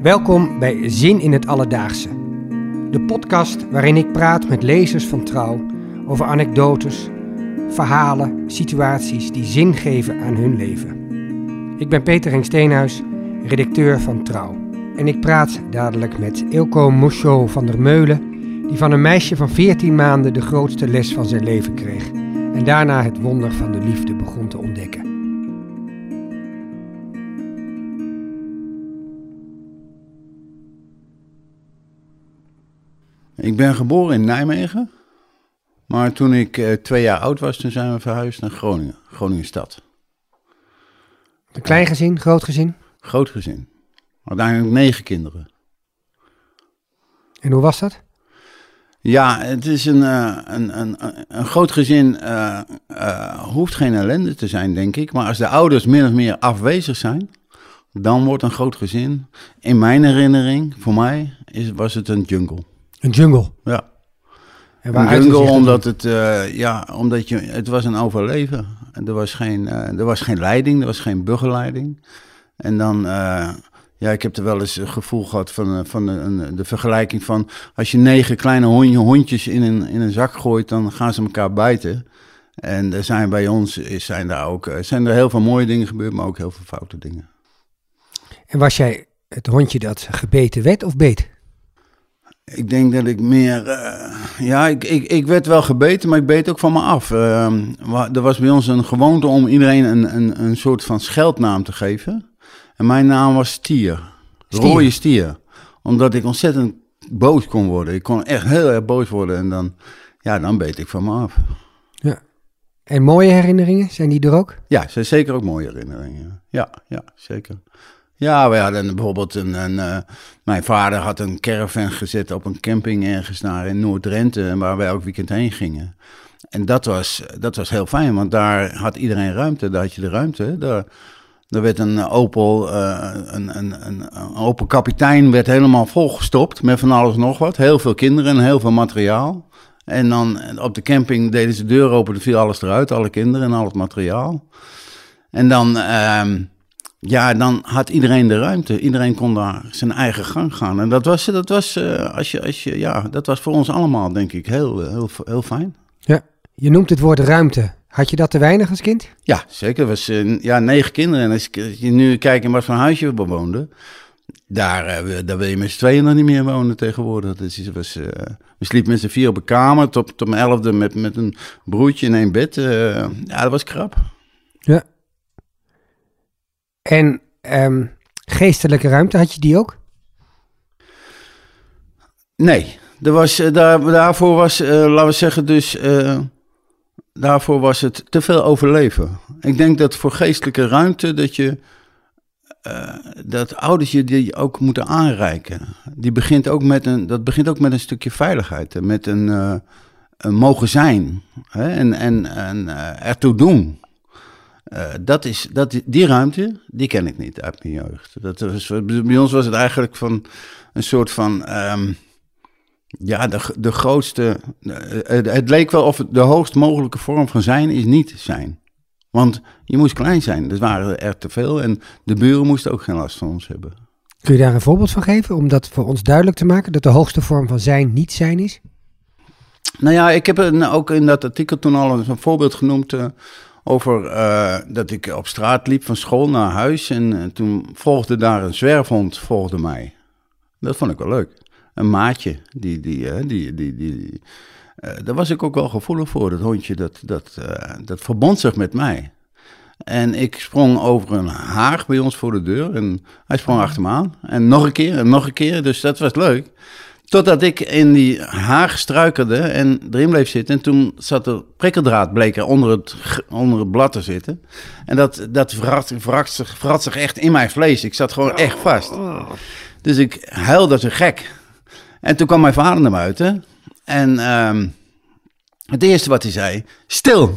Welkom bij Zin in het Alledaagse. De podcast waarin ik praat met lezers van Trouw over anekdotes, verhalen, situaties die zin geven aan hun leven. Ik ben Peter Henk Steenhuis, redacteur van Trouw. En ik praat dadelijk met Eelco Mosho van der Meulen, die van een meisje van 14 maanden de grootste les van zijn leven kreeg. En daarna het wonder van de liefde begon te ontdekken. Ik ben geboren in Nijmegen, maar toen ik 2 jaar oud was, toen zijn we verhuisd naar Groningen, Groningen-stad. Een klein gezin, groot gezin? Groot gezin. Uiteindelijk 9 kinderen. En hoe was dat? Ja, het is een groot gezin hoeft geen ellende te zijn, denk ik. Maar als de ouders min of meer afwezig zijn, dan wordt een groot gezin, in mijn herinnering, voor mij, was het een jungle. Een jungle? Ja. En een jungle omdat het was een overleven. Er was geen leiding, er was geen begeleiding. En dan, ik heb er wel eens een gevoel gehad van de vergelijking van, als je 9 kleine hondjes in een zak gooit, dan gaan ze elkaar bijten. En er zijn bij ons, zijn er heel veel mooie dingen gebeurd, maar ook heel veel foute dingen. En was jij het hondje dat gebeten werd of beet? Ik denk dat ik meer... ik werd wel gebeten, maar ik beet ook van me af. Er was bij ons een gewoonte om iedereen een soort van scheldnaam te geven. En mijn naam was Stier. Rode Stier. Omdat ik ontzettend boos kon worden. Ik kon echt heel erg boos worden en dan beet ik van me af. Ja. En mooie herinneringen, zijn die er ook? Ja, zijn zeker ook mooie herinneringen. Ja, zeker. Ja, we hadden bijvoorbeeld mijn vader had een caravan gezet op een camping ergens daar in Noord-Drenthe, waar wij elk weekend heen gingen. En dat was heel fijn, want daar had iedereen ruimte, daar had je de ruimte. Daar werd een Opel Kapitein werd helemaal volgestopt met van alles nog wat. Heel veel kinderen en heel veel materiaal. En dan op de camping deden ze de deur open, dan viel alles eruit, alle kinderen en al het materiaal. En dan had iedereen de ruimte. Iedereen kon daar zijn eigen gang gaan. En dat was voor ons allemaal, denk ik, heel fijn. Ja, je noemt het woord ruimte. Had je dat te weinig als kind? Ja, zeker. Er was 9 kinderen. En als je nu kijkt in wat voor huisje we bewoonden, daar wil je met z'n tweeën nog niet meer wonen tegenwoordig. We sliepen met z'n 4 op een kamer, tot mijn 11e met een broertje in 1 bed. Dat was krap. Ja. En geestelijke ruimte, had je die ook? Nee, daarvoor was het te veel overleven. Ik denk dat voor geestelijke ruimte dat ouders je die ook moeten aanreiken. Dat begint ook met een stukje veiligheid, met een mogen zijn, hè, en ertoe doen. Die ruimte, die ken ik niet uit mijn jeugd. Bij ons was het eigenlijk van een soort van, de grootste, het leek wel of de hoogst mogelijke vorm van zijn is niet zijn. Want je moest klein zijn, er waren er te veel en de buren moesten ook geen last van ons hebben. Kun je daar een voorbeeld van geven, om dat voor ons duidelijk te maken, dat de hoogste vorm van zijn niet zijn is? Nou ja, ik heb ook in dat artikel toen al een voorbeeld genoemd, over dat ik op straat liep van school naar huis en toen volgde daar een zwerfhond, volgde mij. Dat vond ik wel leuk. Een maatje, daar was ik ook wel gevoelig voor, dat hondje, dat verbond zich met mij. En ik sprong over een haag bij ons voor de deur en hij sprong achter me aan. En nog een keer, dus dat was leuk. Totdat ik in die haag struikelde en erin bleef zitten. En toen zat er prikkeldraad, bleek er onder het blad te zitten. En dat vrat zich echt in mijn vlees. Ik zat gewoon echt vast. Dus ik huilde als een gek. En toen kwam mijn vader naar buiten. En het eerste wat hij zei, stil.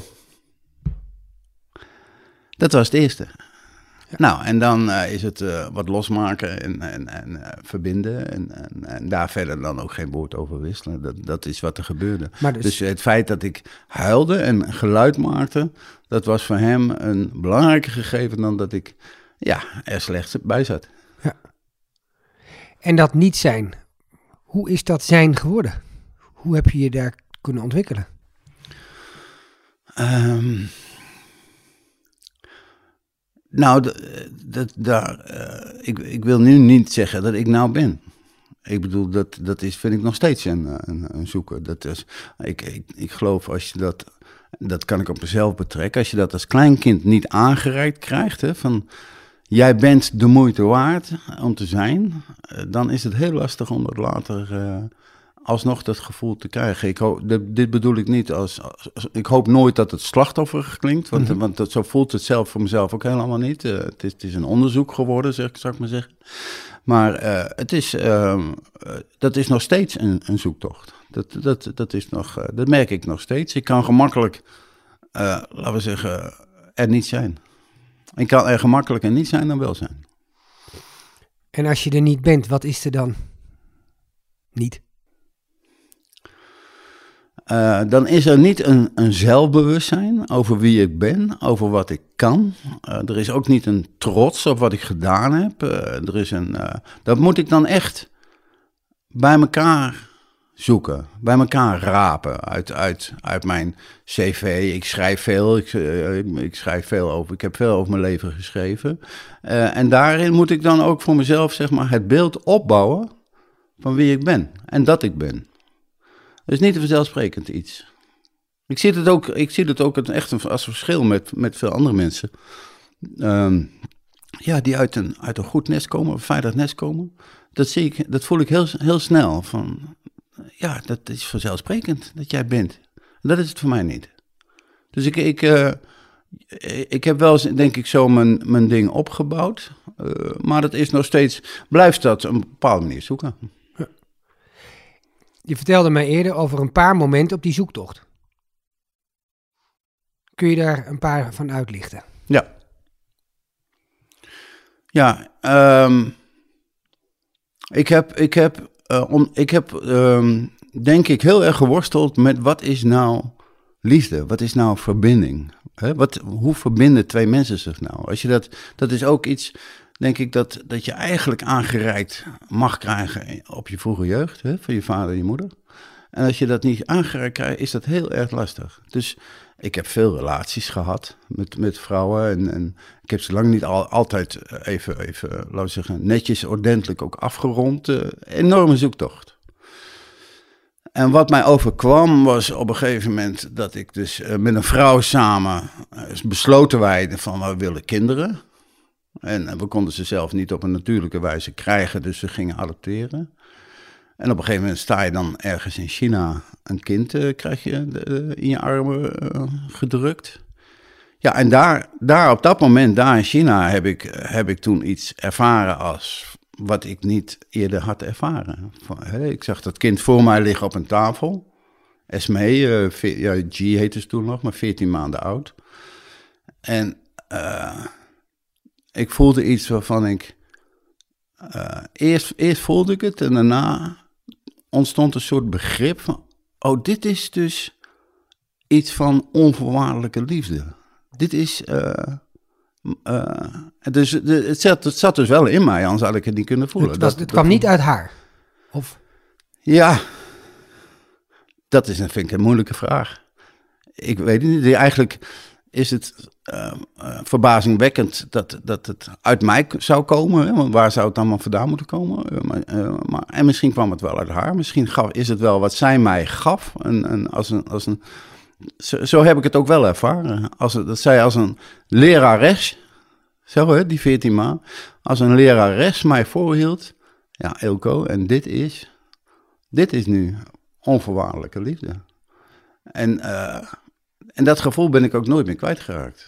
Dat was het eerste. Ja. Nou, en dan is het wat losmaken en verbinden en daar verder dan ook geen woord over wisselen. Dat is wat er gebeurde. Dus het feit dat ik huilde en geluid maakte, dat was voor hem een belangrijker gegeven dan dat ik er slecht bij zat. Ja. En dat niet zijn, hoe is dat zijn geworden? Hoe heb je je daar kunnen ontwikkelen? Ik wil nu niet zeggen dat ik nou ben. Ik bedoel, vind ik nog steeds een zoeken. Ik geloof als je dat kan ik op mezelf betrekken. Als je dat als kleinkind niet aangereikt krijgt, hè, van jij bent de moeite waard om te zijn, dan is het heel lastig om dat later alsnog dat gevoel te krijgen. Dit bedoel ik niet ik hoop nooit dat het slachtoffer klinkt, want zo voelt het zelf voor mezelf ook helemaal niet. Het is een onderzoek geworden, zou ik maar zeggen. Maar dat is nog steeds een zoektocht. Dat merk ik nog steeds. Ik kan gemakkelijk, laten we zeggen, er niet zijn. Ik kan er gemakkelijker niet zijn dan wel zijn. En als je er niet bent, wat is er dan niet? Dan is er niet een zelfbewustzijn over wie ik ben, over wat ik kan. Er is ook niet een trots op wat ik gedaan heb. Dat moet ik dan echt bij elkaar zoeken, bij elkaar rapen uit mijn cv. Ik schrijf veel, ik schrijf veel over, ik heb veel over mijn leven geschreven. En daarin moet ik dan ook voor mezelf, zeg maar, het beeld opbouwen van wie ik ben en dat ik ben. Dat is niet een vanzelfsprekend iets. Ik zie het ook echt als verschil met veel andere mensen. Die uit een goed nest komen, een veilig nest komen. Dat voel ik heel snel. Ja, dat is vanzelfsprekend dat jij bent. Dat is het voor mij niet. Dus ik heb wel, denk ik, zo mijn ding opgebouwd. Maar dat is nog steeds, blijft dat op een bepaalde manier zoeken. Je vertelde mij eerder over een paar momenten op die zoektocht. Kun je daar een paar van uitlichten? Ja. Ja, ik heb denk ik heel erg geworsteld met wat is nou liefde? Wat is nou verbinding? Hoe verbinden twee mensen zich nou? Als je dat is ook iets, denk ik, dat je eigenlijk aangereikt mag krijgen op je vroege jeugd, hè, van je vader en je moeder. En als je dat niet aangereikt krijgt, is dat heel erg lastig. Dus ik heb veel relaties gehad met vrouwen en ik heb ze lang niet altijd even, laten we zeggen, netjes, ordentelijk ook afgerond. Enorme zoektocht. En wat mij overkwam was op een gegeven moment dat ik dus met een vrouw samen besloten wij van we willen kinderen. En we konden ze zelf niet op een natuurlijke wijze krijgen, dus ze gingen adopteren. En op een gegeven moment sta je dan ergens in China, een kind krijg je in je armen gedrukt. Ja, en daar op dat moment, daar in China, heb ik toen iets ervaren als wat ik niet eerder had ervaren. Ik zag dat kind voor mij liggen op een tafel. Esmee, G heette ze toen nog, maar 14 maanden oud. En ik voelde iets waarvan ik... Eerst voelde ik het en daarna ontstond een soort begrip van... Oh, dit is dus iets van onvoorwaardelijke liefde. Dit is... Dus het zat dus wel in mij, anders had ik het niet kunnen voelen. Het kwam niet uit haar? Of? Ja, dat vind ik een moeilijke vraag. Ik weet het niet. Eigenlijk is het verbazingwekkend dat het uit mij zou komen. Hè? Want waar zou het allemaal vandaan moeten komen? En misschien kwam het wel uit haar. Misschien is het wel wat zij mij gaf. Zo heb ik het ook wel ervaren. Dat zij als een lerares, zo hè, die 14 maanden, als een lerares mij voorhield. Ja, Eelco, en dit is nu onvoorwaardelijke liefde. En dat gevoel ben ik ook nooit meer kwijtgeraakt.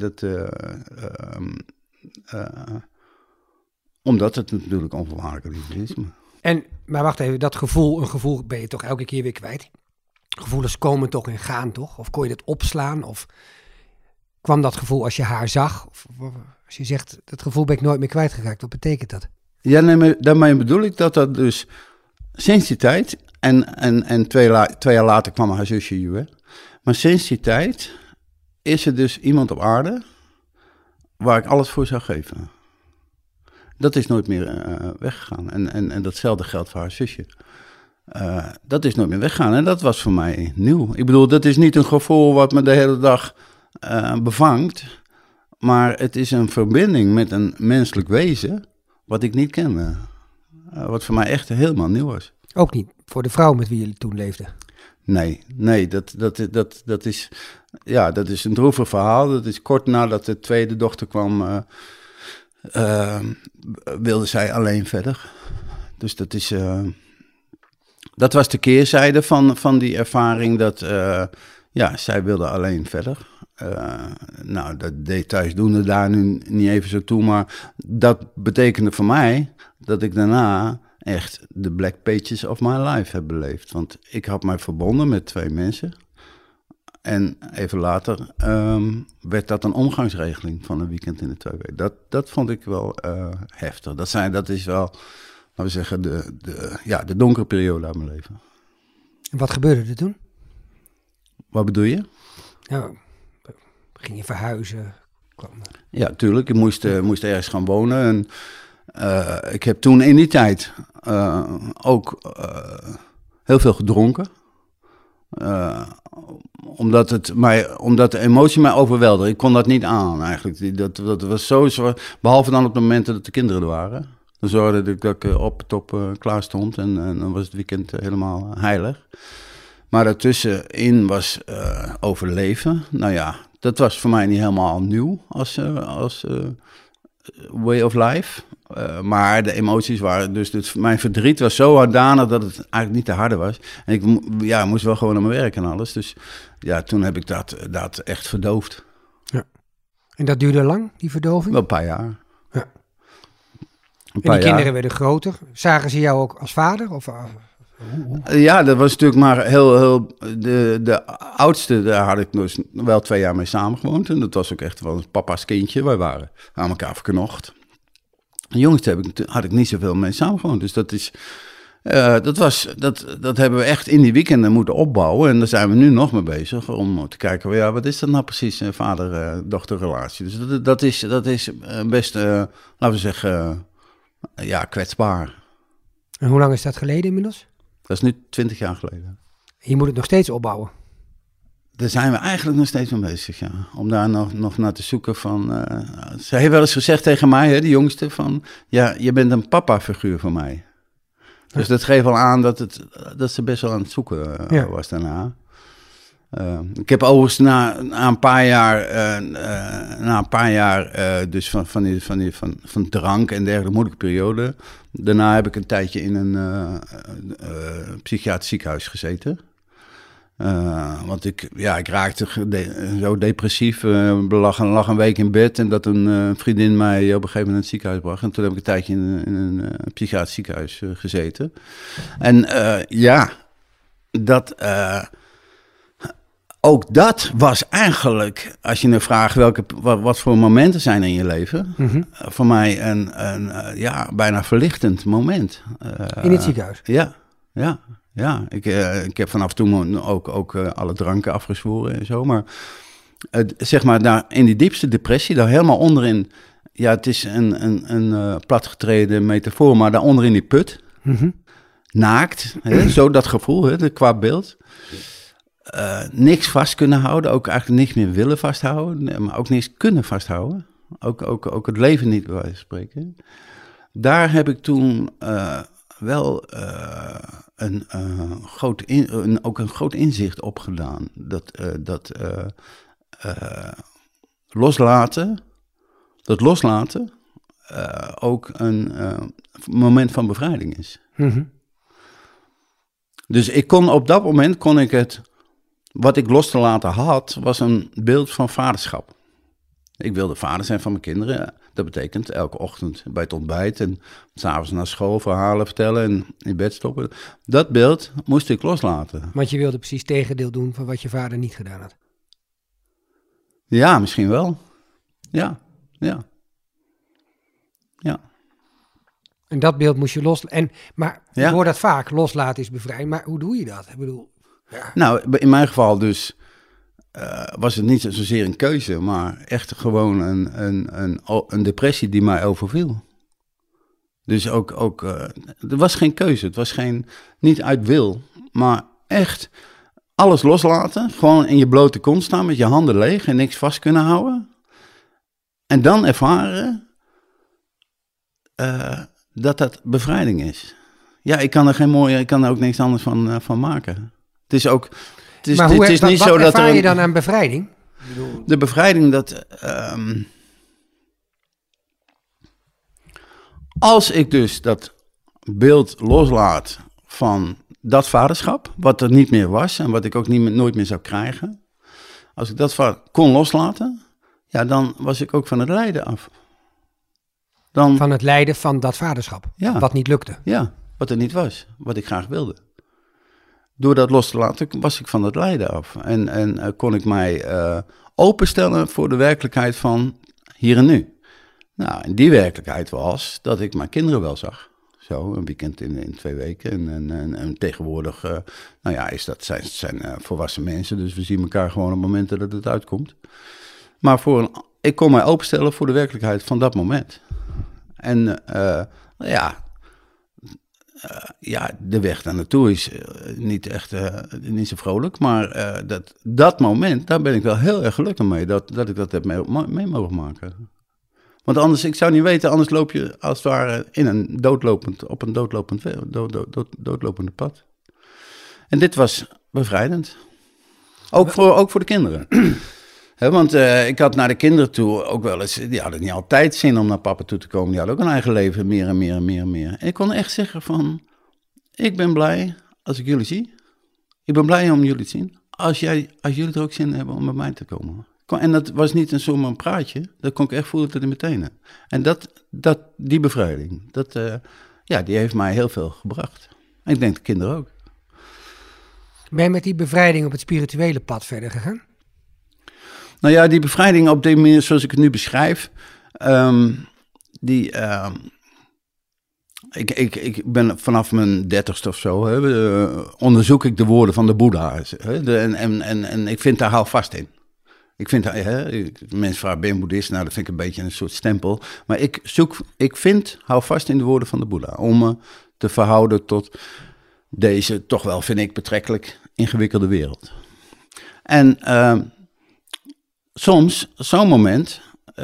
Omdat het natuurlijk onvoorwaardelijke liefde is. Maar wacht even, een gevoel ben je toch elke keer weer kwijt? Gevoelens komen toch en gaan toch? Of kon je dat opslaan? Of kwam dat gevoel als je haar zag? Of als je zegt, dat gevoel ben ik nooit meer kwijtgeraakt, wat betekent dat? Ja, nee, daarmee bedoel ik dat dus sinds die tijd... En 2 jaar later kwam haar zusje Jue. Maar sinds die tijd is er dus iemand op aarde waar ik alles voor zou geven. Dat is nooit meer weggegaan. En datzelfde geldt voor haar zusje. Dat is nooit meer weggegaan. En dat was voor mij nieuw. Ik bedoel, dat is niet een gevoel wat me de hele dag bevangt. Maar het is een verbinding met een menselijk wezen wat ik niet kende. Wat voor mij echt helemaal nieuw was. Ook niet voor de vrouw met wie jullie toen leefden? Nee, dat is een droevig verhaal. Dat is kort nadat de tweede dochter kwam, wilde zij alleen verder. Dus dat was de keerzijde van die ervaring, dat zij wilde alleen verder. De details doen er daar nu niet even zo toe, maar dat betekende voor mij dat ik daarna echt de black pages of my life heb beleefd. Want ik had mij verbonden met 2 mensen. En even later werd dat een omgangsregeling van een weekend in de 2 weken. Dat vond ik wel heftig. Dat is wel, laten we zeggen, de donkere periode uit mijn leven. En wat gebeurde er toen? Wat bedoel je? Nou, ging je verhuizen? Ja, tuurlijk. Ik moest ergens gaan wonen. En ik heb toen in die tijd ook heel veel gedronken. Omdat de emotie mij overwelde. Ik kon dat niet aan eigenlijk. Dat was zo zwaar. Behalve dan op de momenten dat de kinderen er waren. Dan zorgde ik dat ik op het top klaar stond. En dan was het weekend helemaal heilig. Maar daartussenin was overleven. Nou ja, dat was voor mij niet helemaal nieuw als way of life. Maar de emoties waren dus mijn verdriet was zo hardanig dat het eigenlijk niet te harde was. En ik moest wel gewoon naar mijn werk en alles. Dus ja, toen heb ik dat echt verdoofd. Ja. En dat duurde lang, die verdoving? Wel een paar jaar. Ja. En die kinderen werden groter. Zagen ze jou ook als vader? Of Ja, dat was natuurlijk maar heel de oudste, daar had ik dus wel 2 jaar mee samengewoond. En dat was ook echt wel een papa's kindje. Wij waren aan elkaar verknocht. De jongste had ik niet zoveel mee samengewoond. Dus dat hebben we echt in die weekenden moeten opbouwen. En daar zijn we nu nog mee bezig om te kijken, wat is dat nou precies, een vader-dochterrelatie. Dus dat is best, laten we zeggen, kwetsbaar. En hoe lang is dat geleden inmiddels? Dat is nu 20 jaar geleden. Je moet het nog steeds opbouwen. Daar zijn we eigenlijk nog steeds mee bezig, ja. Om daar nog naar te zoeken van... Ze heeft wel eens gezegd tegen mij, de jongste, van... Ja, je bent een papa-figuur voor mij. Dus dat geeft al aan dat ze best wel aan het zoeken was daarna. Ik heb overigens na een paar jaar dus van drank en dergelijke moeilijke periode. Daarna heb ik een tijdje in een psychiatrisch ziekenhuis gezeten. Want ik raakte zo depressief, lag een week in bed en dat een vriendin mij op een gegeven moment in het ziekenhuis bracht. En toen heb ik een tijdje in een psychiatrisch ziekenhuis gezeten. En ook dat was eigenlijk, als je nu vraagt wat voor momenten zijn in je leven, voor mij een bijna verlichtend moment. In het ziekenhuis? Ja. Ik heb vanaf toen ook alle dranken afgezworen en zo, maar zeg maar daar in die diepste depressie, daar helemaal onderin, het is een platgetreden metafoor, maar daar onderin die put, naakt, zo dat gevoel, qua beeld. Niks vast kunnen houden, ook eigenlijk niks meer willen vasthouden, maar ook niks kunnen vasthouden. Ook het leven niet, bij wijze van spreken. Daar heb ik toen wel een groot inzicht opgedaan. Dat loslaten ook een moment van bevrijding is. Dus op dat moment kon ik het... Wat ik los te laten had, was een beeld van vaderschap. Ik wilde vader zijn van mijn kinderen. Dat betekent elke ochtend bij het ontbijt en 's avonds naar school verhalen vertellen en in bed stoppen. Dat beeld moest ik loslaten. Want je wilde precies tegendeel doen van wat je vader niet gedaan had. Ja, misschien wel. Ja. En dat beeld moest je loslaten. Maar ik hoor dat vaak, loslaten is bevrijding. Maar hoe doe je dat? Ik bedoel... Ja. Nou, in mijn geval dus was het niet zozeer een keuze, maar echt gewoon een depressie die mij overviel. Dus ook er was geen keuze. Het was niet uit wil, maar echt alles loslaten. Gewoon in je blote kont staan met je handen leeg en niks vast kunnen houden. En dan ervaren dat bevrijding is. Ja, ik kan er ook niks anders van maken. Het is ook... Maar wat ervaar je dan aan bevrijding? De bevrijding dat... als ik dus dat beeld loslaat van dat vaderschap, wat er niet meer was en wat ik ook nooit meer zou krijgen. Als ik dat kon loslaten, ja, dan was ik ook van het lijden af. Van het lijden van dat vaderschap, wat niet lukte. Ja, wat er niet was, wat ik graag wilde. Door dat los te laten, was ik van het lijden af. En kon ik mij openstellen voor de werkelijkheid van hier en nu. Nou, en die werkelijkheid was dat ik mijn kinderen wel zag. Zo, een weekend in 2 weken. En tegenwoordig, zijn volwassen mensen. Dus we zien elkaar gewoon op momenten dat het uitkomt. Maar ik kon mij openstellen voor de werkelijkheid van dat moment. En de weg daar naartoe is niet zo vrolijk. Maar dat moment, daar ben ik wel heel erg gelukkig mee. Dat ik dat heb mee mogen maken. Want anders, ik zou niet weten, anders loop je als het ware op een doodlopende pad. En dit was bevrijdend. Ook voor de kinderen. Want ik had naar de kinderen toe ook wel eens, die hadden niet altijd zin om naar papa toe te komen. Die hadden ook een eigen leven, meer en meer en meer en meer. En ik kon echt zeggen van, ik ben blij als ik jullie zie. Ik ben blij om jullie te zien. Als jullie er ook zin hebben om bij mij te komen. En dat was niet zomaar een praatje. Dat kon ik echt voelen tot in mijn tenen. En die bevrijding, die heeft mij heel veel gebracht. En ik denk de kinderen ook. Ben je met die bevrijding op het spirituele pad verder gegaan? Nou ja, die bevrijding op die manier zoals ik het nu beschrijf, ik ben vanaf mijn 30ste of zo, onderzoek ik de woorden van de Boeddha. En ik vind daar hou vast in. Ik vind, mensen vragen, ben je boeddhist? Nou, dat vind ik een beetje een soort stempel. Maar hou vast in de woorden van de Boeddha. Om me te verhouden tot deze, toch wel, vind ik, betrekkelijk ingewikkelde wereld. En soms, zo'n moment,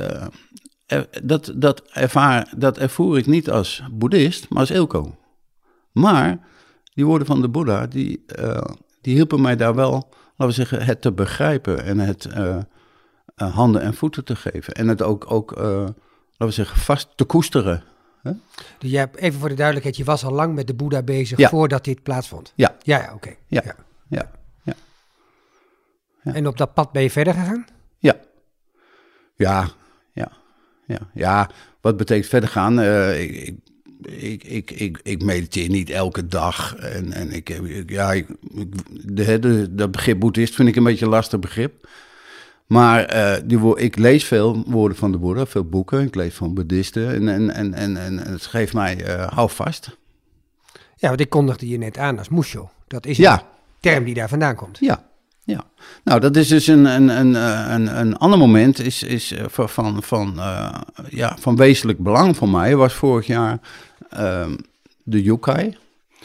dat ervoer ik niet als boeddhist, maar als Eelco. Maar die woorden van de Boeddha, die hielpen mij daar wel, laten we zeggen, het te begrijpen en het handen en voeten te geven. En het ook laten we zeggen, vast te koesteren. Huh? Dus jij, even voor de duidelijkheid, je was al lang met de Boeddha bezig voordat dit plaatsvond? Ja. Ja, oké. Ja. En op dat pad ben je verder gegaan? Ja, wat betekent verder gaan? Ik mediteer niet elke dag. En dat begrip boeddhist vind ik een beetje een lastig begrip. Maar ik lees veel woorden van de Boeddha, veel boeken. Ik lees van boeddhisten en het geeft mij hou vast. Ja, want ik kondigde je net aan als Musho. Dat is een term die daar vandaan komt. Ja. Nou, dat is dus een ander moment is van wezenlijk belang voor mij. Was vorig jaar de Yokai.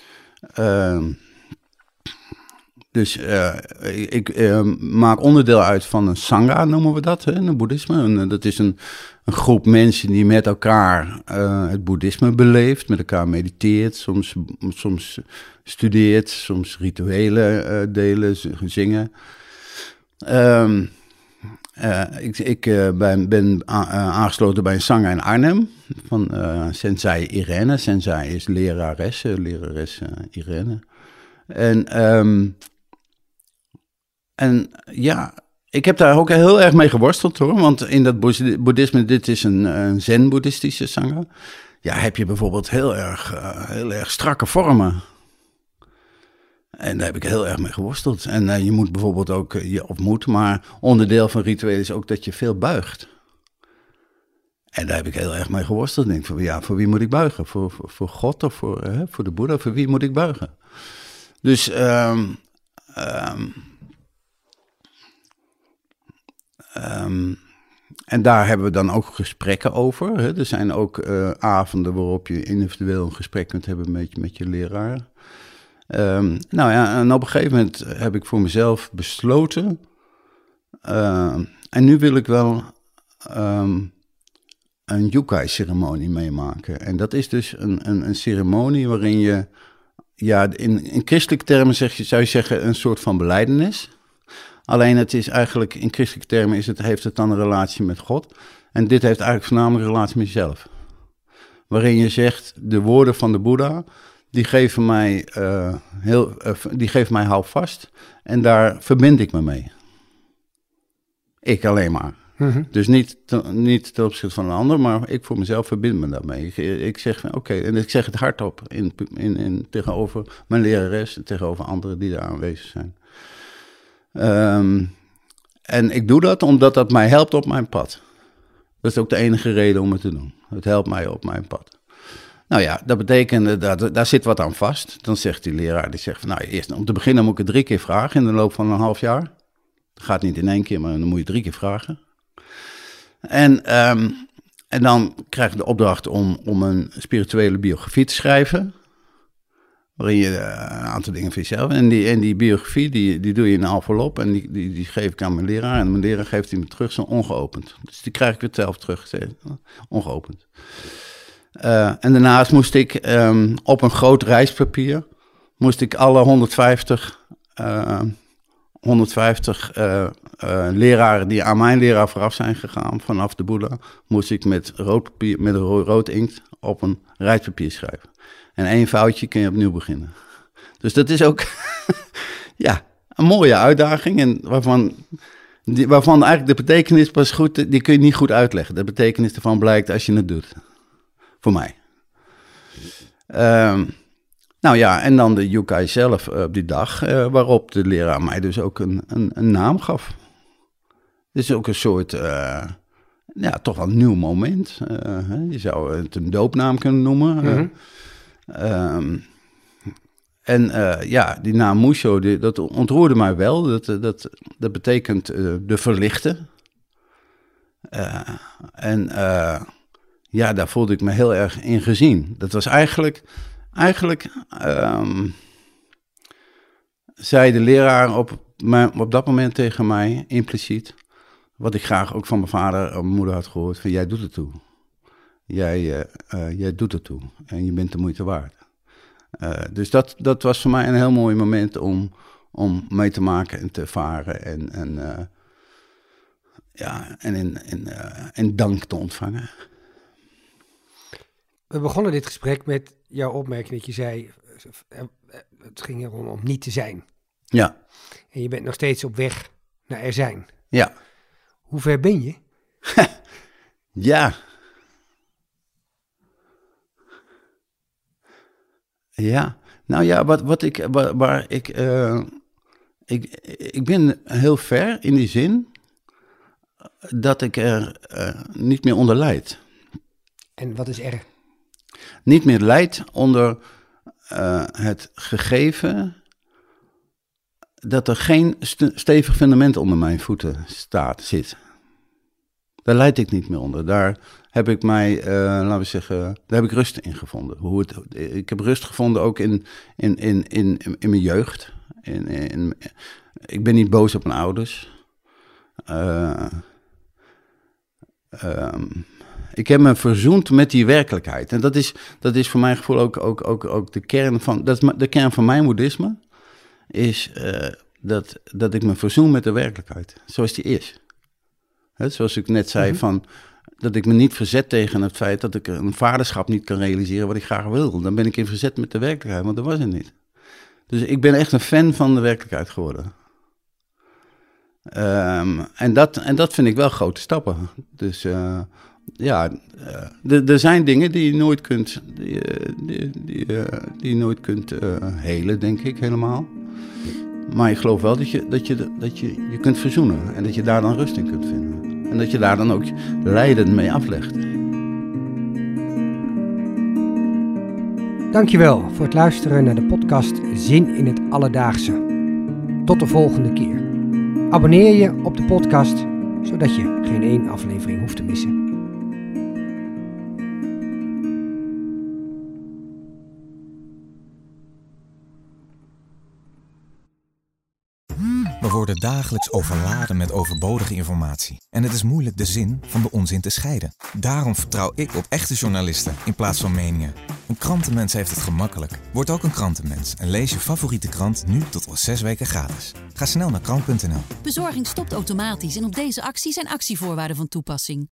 Ik maak onderdeel uit van een sangha, noemen we dat, in het boeddhisme. Dat is een groep mensen die met elkaar het boeddhisme beleeft, met elkaar mediteert, soms studeert, soms rituelen delen, zingen. Ik ben aangesloten bij een sangha in Arnhem van Sensei Irene. Sensei is lerares Irene. En ik heb daar ook heel erg mee geworsteld hoor, want in dat boeddhisme, dit is een zen-boeddhistische sangha. Ja, heb je bijvoorbeeld heel erg strakke vormen. En daar heb ik heel erg mee geworsteld. En je moet bijvoorbeeld ook, maar onderdeel van ritueel is ook dat je veel buigt. En daar heb ik heel erg mee geworsteld. Ik denk van, voor wie moet ik buigen? Voor God of voor de Boeddha? Voor wie moet ik buigen? Dus En daar hebben we dan ook gesprekken over. Hè. Er zijn ook avonden waarop je individueel een gesprek kunt hebben met je leraar. Nou ja, en op een gegeven moment heb ik voor mezelf besloten. En nu wil ik wel een Jukai-ceremonie meemaken. En dat is dus een ceremonie waarin je, ja, in christelijke termen zou je zeggen een soort van belijdenis. Alleen het is eigenlijk, in christelijke termen heeft het dan een relatie met God. En dit heeft eigenlijk voornamelijk een relatie met jezelf. Waarin je zegt, de woorden van de Boeddha, die geven mij houvast. En daar verbind ik me mee. Ik alleen maar. Mm-hmm. Dus niet ten opzichte van een ander, maar ik voor mezelf verbind me daarmee. Ik zeg van oké, en ik zeg het hardop tegenover mijn lerares en tegenover anderen die daar aanwezig zijn. En ik doe dat omdat dat mij helpt op mijn pad. Dat is ook de enige reden om het te doen. Het helpt mij op mijn pad. Nou ja, dat betekent, daar zit wat aan vast. Dan zegt die leraar, die zegt van, nou, eerst om te beginnen moet ik het 3 keer vragen in de loop van een half jaar. Dat gaat niet in 1 keer, maar dan moet je 3 keer vragen. En dan krijg je de opdracht om een spirituele biografie te schrijven. Waarin je een aantal dingen voor jezelf. En die biografie, die doe je in een envelop. En die geef ik aan mijn leraar. En mijn leraar geeft die me terug, zo ongeopend. Dus die krijg ik weer zelf terug, ongeopend. En daarnaast moest ik op een groot reispapier, alle 150 leraren die aan mijn leraar vooraf zijn gegaan, vanaf de Boeddha, moest ik met rood papier, met rood inkt op een reispapier schrijven. En 1 foutje kun je opnieuw beginnen. Dus dat is ook ja, een mooie uitdaging. En waarvan eigenlijk de betekenis pas goed, die kun je niet goed uitleggen. De betekenis ervan blijkt als je het doet. Voor mij. Nou ja, en dan de Jukai zelf op die dag, waarop de leraar mij dus ook een naam gaf. Het is ook een soort, ja, toch wel een nieuw moment. Je zou het een doopnaam kunnen noemen. Mm-hmm. Ja, die naam Musho, dat ontroerde mij wel. Dat betekent de verlichte. Ja, daar voelde ik me heel erg in gezien. Dat was eigenlijk zei de leraar op dat moment tegen mij, impliciet, wat ik graag ook van mijn vader en mijn moeder had gehoord, van jij doet het toe. Jij doet het toe en je bent de moeite waard. Dus dat was voor mij een heel mooi moment om mee te maken en te ervaren en dank te ontvangen. We begonnen dit gesprek met jouw opmerking dat je zei, het ging erom om niet te zijn. Ja. En je bent nog steeds op weg naar er zijn. Ja. Hoe ver ben je? Ja. Ja. Nou ja, ik ben heel ver in die zin dat ik er niet meer onder lijd. En wat is er? Niet meer lijd onder het gegeven dat er geen stevig fundament onder mijn voeten zit. Daar lijd ik niet meer onder. Daar heb ik mij, laten we zeggen, daar heb ik rust in gevonden. Ik heb rust gevonden ook in mijn jeugd. Ik ben niet boos op mijn ouders. Ik heb me verzoend met die werkelijkheid. En dat is voor mijn gevoel ook de kern van, dat is de kern van mijn boeddhisme, is dat ik me verzoen met de werkelijkheid, zoals die is. Zoals ik net zei, van dat ik me niet verzet tegen het feit dat ik een vaderschap niet kan realiseren wat ik graag wil. Dan ben ik in verzet met de werkelijkheid, want dat was het niet. Dus ik ben echt een fan van de werkelijkheid geworden. En dat vind ik wel grote stappen. Dus er zijn dingen die je nooit kunt, die je nooit kunt helen, denk ik, helemaal. Maar ik geloof wel dat je kunt verzoenen en dat je daar dan rust in kunt vinden. En dat je daar dan ook lijden mee aflegt. Dankjewel voor het luisteren naar de podcast Zin in het Alledaagse. Tot de volgende keer. Abonneer je op de podcast, zodat je geen 1 aflevering hoeft te missen. We worden dagelijks overladen met overbodige informatie. En het is moeilijk de zin van de onzin te scheiden. Daarom vertrouw ik op echte journalisten in plaats van meningen. Een krantenmens heeft het gemakkelijk. Word ook een krantenmens en lees je favoriete krant nu tot wel 6 weken gratis. Ga snel naar krant.nl. Bezorging stopt automatisch en op deze actie zijn actievoorwaarden van toepassing.